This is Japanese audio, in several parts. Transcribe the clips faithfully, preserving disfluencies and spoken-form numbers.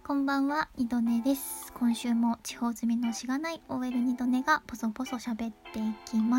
こんばんは、二度寝です。今週も地方住みのしがない オーエル 二度寝がポソポソ喋っていきます。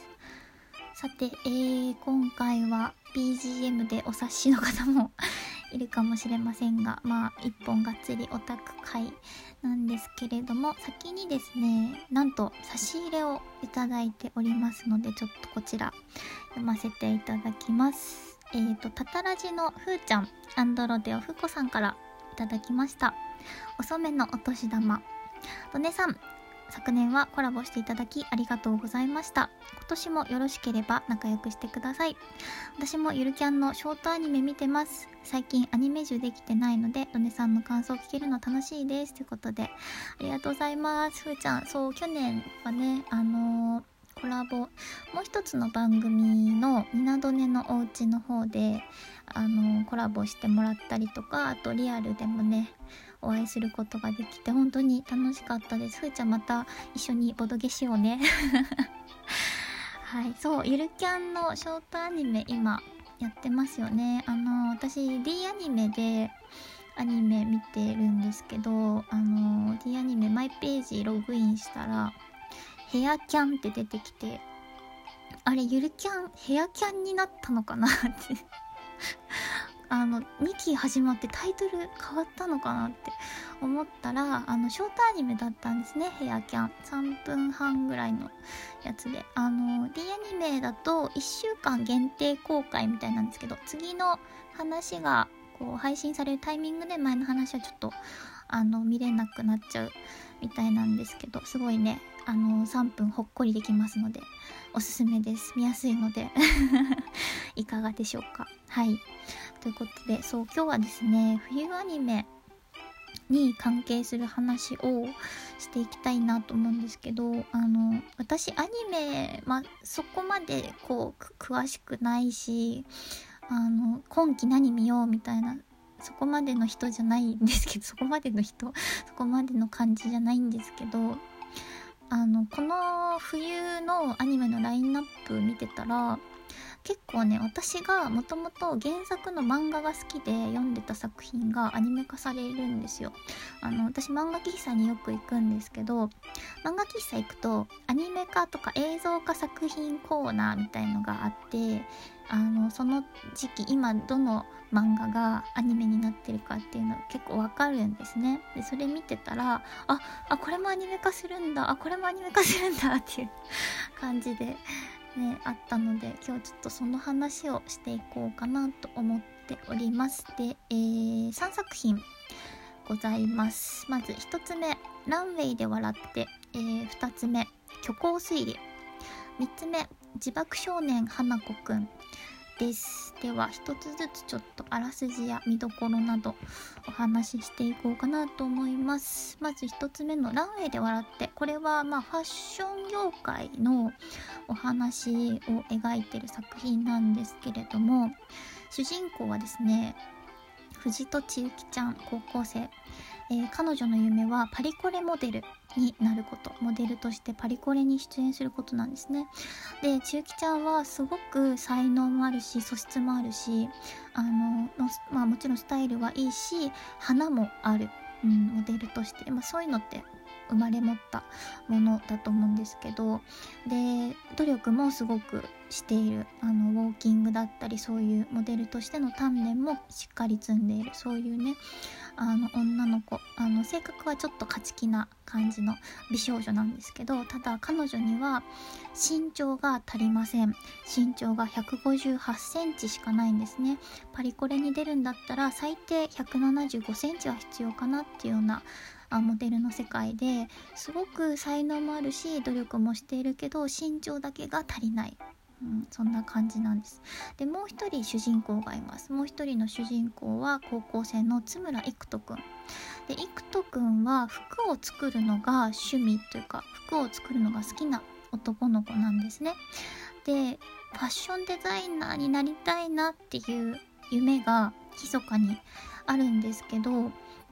さて、えー、今回は ビージーエム でお察しの方もいるかもしれませんが、まあ一本がっつりオタク会なんですけれども、先にですね、なんと差し入れをいただいておりますので、ちょっとこちら読ませていただきます。えーと、タタラジのふーちゃん、アンドロデオふこさんからいただきました。遅めのお年玉。ドネさん、昨年はコラボしていただきありがとうございました。今年もよろしければ仲良くしてください。私もゆるキャンのショートアニメ見てます。最近アニメ充できてないので、ドネさんの感想を聞けるの楽しいです。ということで、ありがとうございます。ふーちゃん、そう、去年はね、あのー、コラボ、もう一つの番組のニナドネのお家の方で、あのー、コラボしてもらったりとか、あとリアルでもね、お会いすることができて本当に楽しかったです。ふーちゃんまた一緒にボドゲしようね。はい、そう、ゆるキャンのショートアニメ今やってますよね。あの、私 D アニメでアニメ見てるんですけど、あの、D アニメマイページログインしたら、ヘアキャンって出てきて、あれ、ゆるキャン、ヘアキャンになったのかなって。あのにき始まってタイトル変わったのかなって思ったら、あのショートアニメだったんですね。ヘアキャンさんぷんはんぐらいのやつで、あの D アニメだといっしゅうかん限定公開みたいなんですけど、次の話がこう配信されるタイミングで前の話はちょっとあの見れなくなっちゃうみたいなんですけど、すごいね、あのさんぷんほっこりできますのでおすすめです。見やすいのでいかがでしょうか。はい、ということで、そう、今日はですね、冬アニメに関係する話をしていきたいなと思うんですけど、あの私アニメ、まあ、そこまでこう詳しくないし、あの今期何見ようみたいなそこまでの人じゃないんですけどそこまでの人そこまでの感じじゃないんですけど、あのこの冬のアニメのラインナップ見てたら、結構ね、私がもともと原作の漫画が好きで読んでた作品がアニメ化されるんですよ。あの私漫画喫茶によく行くんですけど、漫画喫茶行くとアニメ化とか映像化作品コーナーみたいのがあって、あのその時期今どの漫画がアニメになってるかっていうの結構わかるんですね。でそれ見てたら、ああこれもアニメ化するんだ、あこれもアニメ化するんだっていう感じでね、あったので、今日ちょっとその話をしていこうかなと思っております。で、えー、さんさく品ございます。まずひとつめ、ランウェイで笑って、えー、ふたつめ、虚構推理、みっつめ、自爆少年花子くんです。では一つずつちょっとあらすじや見どころなどお話ししていこうかなと思います。まず一つ目のランウェイで笑って、これはまあファッション業界のお話を描いている作品なんですけれども、主人公はですね、藤戸千雪ちゃん、高校生、えー、彼女の夢はパリコレモデルになること、モデルとしてパリコレに出演することなんですね。で、千雪ちゃんはすごく才能もあるし素質もあるし、あのまあもちろんスタイルはいいし花もある、うん、モデルとして、まあ、そういうのって生まれ持ったものだと思うんですけど、で努力もすごくしている、あのウォーキングだったりそういうモデルとしての鍛錬もしっかり積んでいる、そういうね、あの女の子、あの性格はちょっと勝ち気な感じの美少女なんですけど、ただ彼女には身長が足りません。身長がひゃくごじゅうはちセンチしかないんですね。パリコレに出るんだったら最低ひゃくななじゅうごセンチは必要かなっていうようなモデルの世界で、すごく才能もあるし努力もしているけど身長だけが足りない、うん、そんな感じなんです。でもう一人主人公がいます。もう一人の主人公は高校生の津村育人くんで、育人くんは服を作るのが趣味というか、服を作るのが好きな男の子なんですね。でファッションデザイナーになりたいなっていう夢が密かにあるんですけど、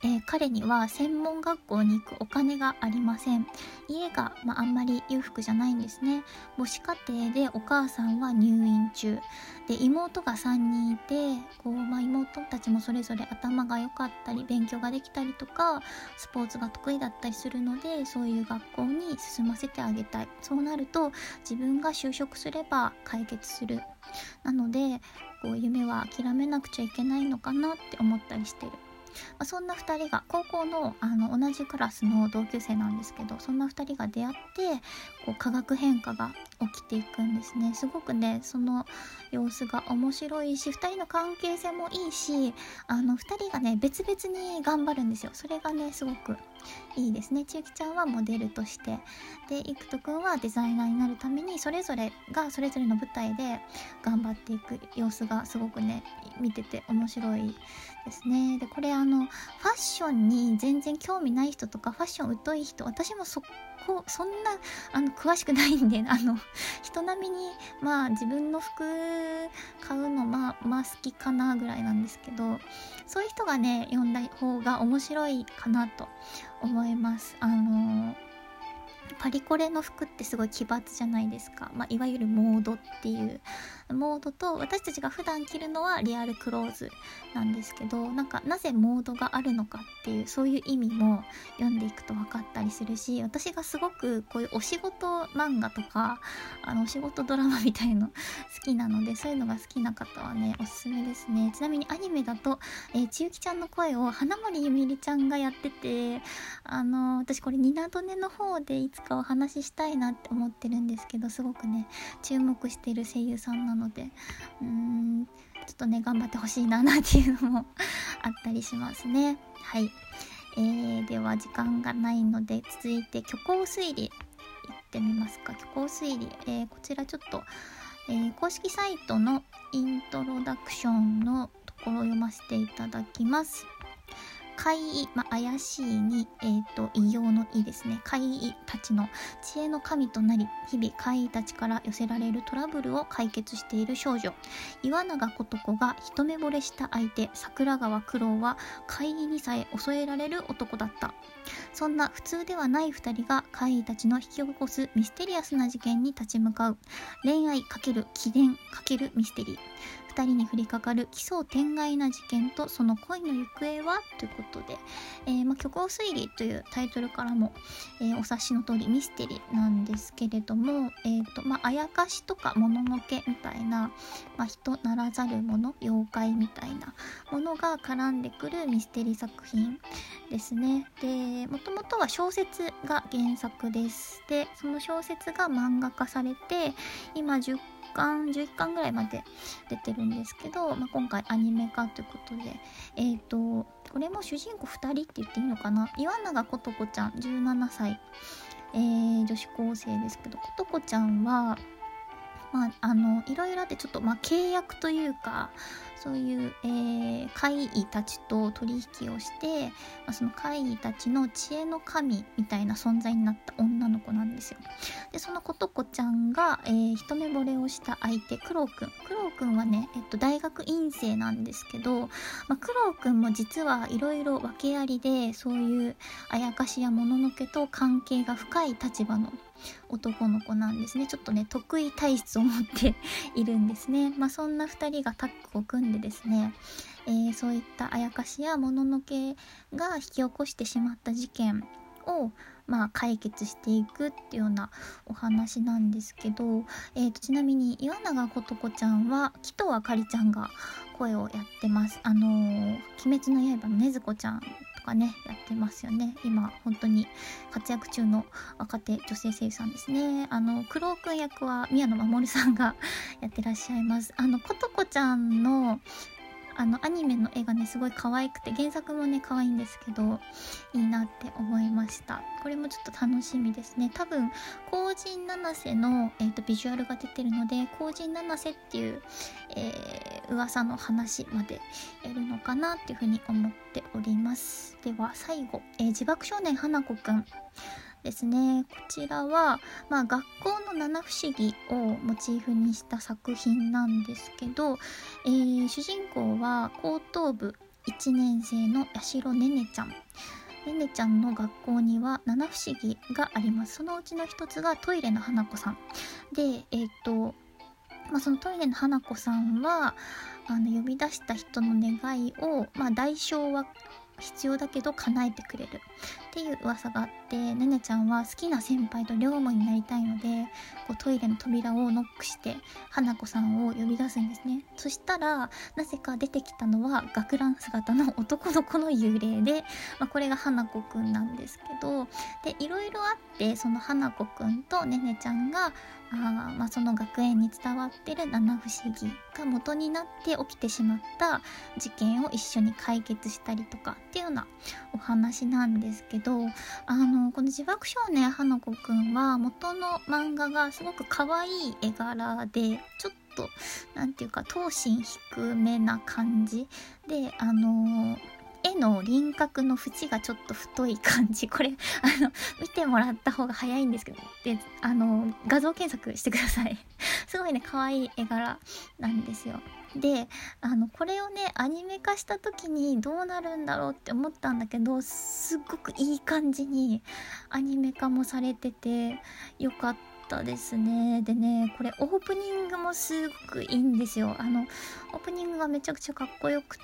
えー彼には専門学校に行くお金がありません。家が、まあ、あんまり裕福じゃないんですね。母子家庭でお母さんは入院中で、妹がさんにんいてこう、まあ、妹たちもそれぞれ頭が良かったり勉強ができたりとかスポーツが得意だったりするので、そういう学校に進ませてあげたい。そうなると自分が就職すれば解決する。なのでこう夢は諦めなくちゃいけないのかなって思ったりしてる。まあ、そんなふたりが高校の、あの同じクラスの同級生なんですけど、そんなふたりが出会ってこう化学変化が起きていくんですね。すごくねその様子が面白いし、ふたりの関係性もいいし、あのふたりがね別々に頑張るんですよ。それがねすごくいいですね。ちゆきちゃんはモデルとしてで、いくとくんはデザイナーになるためにそれぞれがそれぞれの舞台で頑張っていく様子がすごくね見てて面白いですね。でこれあのファッションに全然興味ない人とかファッション疎い人、私もそこそんなあの詳しくないんで、あの人並みにまあ自分の服買うのまあまあ好きかなぐらいなんですけど、そういう人がね読んだ方が面白いかなと思います。あのパリコレの服ってすごい奇抜じゃないですか。まあ、いわゆるモードっていうモードと、私たちが普段着るのはリアルクローズなんですけど、なんかなぜモードがあるのかっていうそういう意味も読んでいくと分かったりするし、私がすごくこういうお仕事漫画とかあのお仕事ドラマみたいの好きなので、そういうのが好きな方はねおすすめですね。ちなみにアニメだと、えー、ちゆきちゃんの声を花森ゆみりちゃんがやってて、あの私これニナドネの方でいつかお話ししたいなって思ってるんですけど、すごくね注目してる声優さんなので、うーんちょっとね頑張ってほしいななんていうのもあったりしますね。はい、えー、では時間がないので続いて虚構推理いってみますか。虚構推理、えー、こちらちょっと、えー、公式サイトのイントロダクションのところを読ませていただきます。怪異、まあ、怪しいに、えーと、異形の異ですね。怪異たちの知恵の神となり、日々怪異たちから寄せられるトラブルを解決している少女。岩永琴子が一目惚れした相手、桜川九郎は怪異にさえ襲えられる男だった。そんな普通ではない二人が怪異たちの引き起こすミステリアスな事件に立ち向かう。恋愛×貴殿×ミステリー。二人に降りかかる奇想天外な事件とその恋の行方はということで、えーまあ、虚構推理というタイトルからも、えー、お察しの通りミステリーなんですけれども、えーとまあ、あやかしとかもののけみたいな、まあ、人ならざるもの、妖怪みたいなものが絡んでくるミステリー作品ですね。で、もともとは小説が原作です。で、その小説が漫画化されて今じゅっかんじゅういっかんぐらいまで出てるんですけど、まあ、今回アニメ化ということで、えーとこれも主人公ふたりって言っていいのかな。岩永琴子ちゃんじゅうななさい、えー、女子高生ですけど、琴子ちゃんはまあ、あのいろいろあってちょっと、まあ、契約というかそういう、えー、怪異たちと取引をして、まあ、その怪異たちの知恵の神みたいな存在になった女の子なんですよ。でその琴子ちゃんが、えー、一目惚れをした相手クロウくんクロウくんはね、えっと、大学院生なんですけど、まあ、クロウくんも実はいろいろ訳ありでそういうあやかしやもののけと関係が深い立場の男の子なんですね。ちょっとね得意体質を持っているんですね。まあそんなふたりがタッグを組んでですね、えー、そういったあやかしやもののけが引き起こしてしまった事件をまあ解決していくっていうようなお話なんですけど、えーと、ちなみに岩永琴子ちゃんは木戸あかりちゃんが声をやってます。あのー、鬼滅の刃の禰豆子ちゃんとかねやってますよね。今本当に活躍中の若手女性声優さんですね。あのクロウくん役は宮野真守さんがやってらっしゃいます。あの琴子ちゃんのあのアニメの絵がねすごい可愛くて、原作もね可愛いんですけどいいなって思いました。これもちょっと楽しみですね。多分光神七瀬の、えーと、ビジュアルが出てるので光神七瀬っていう、えー、噂の話までやるのかなっていうふうに思っております。では最後、えー、自爆少年花子くんですね。こちらは、まあ、学校の七不思議をモチーフにした作品なんですけど、えー、主人公は高等部いちねん生の八代ねねちゃん。ねねちゃんの学校には七不思議があります。そのうちの一つがトイレの花子さんで、えっとまあ、そのトイレの花子さんはあの呼び出した人の願いを、まあ、代償は必要だけど叶えてくれるっていう噂があって、ねねちゃんは好きな先輩と両思いになりたいので、こうトイレの扉をノックして花子さんを呼び出すんですね。そしたらなぜか出てきたのは学ラン姿の男の子の幽霊で、まあ、これが花子くんなんですけど、でいろいろあってその花子くんとねねちゃんがあ、まあ、その学園に伝わってる七不思議が元になって起きてしまった事件を一緒に解決したりとかっていうようなお話なんですけど、あのこの自爆少年花子くんは元の漫画がすごく可愛い絵柄で、ちょっとなんていうか頭身低めな感じで、あの絵の輪郭の縁がちょっと太い感じ、これあの見てもらった方が早いんですけど、であの画像検索してくださいすごいね可愛い絵柄なんですよ。であのこれをねアニメ化した時にどうなるんだろうって思ったんだけど、すっごくいい感じにアニメ化もされててよかったですね。でねこれオープニングもすごくいいんですよ。あのオープニングがめちゃくちゃかっこよくって、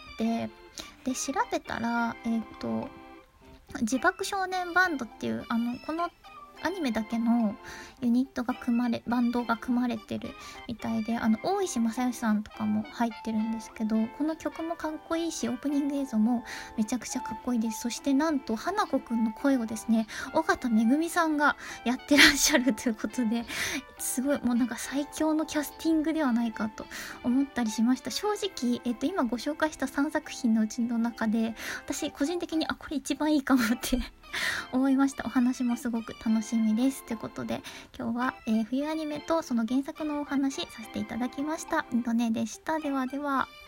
で調べたらえっと自爆少年バンドっていうあのこのアニメだけのユニットが組まれバンドが組まれてるみたいで、あの大石正義さんとかも入ってるんですけど、この曲もかっこいいしオープニング映像もめちゃくちゃかっこいいです。そしてなんと花子くんの声をですね尾形めぐみさんがやってらっしゃるということで、すごいもうなんか最強のキャスティングではないかと思ったりしました。正直、えっと、今ご紹介したさんさく品のうちの中で私個人的にあこれ一番いいかもって思いました。お話もすごく楽しみです。ということで今日は、えー、冬アニメとその原作のお話させていただきました。ニトネでした。ではでは。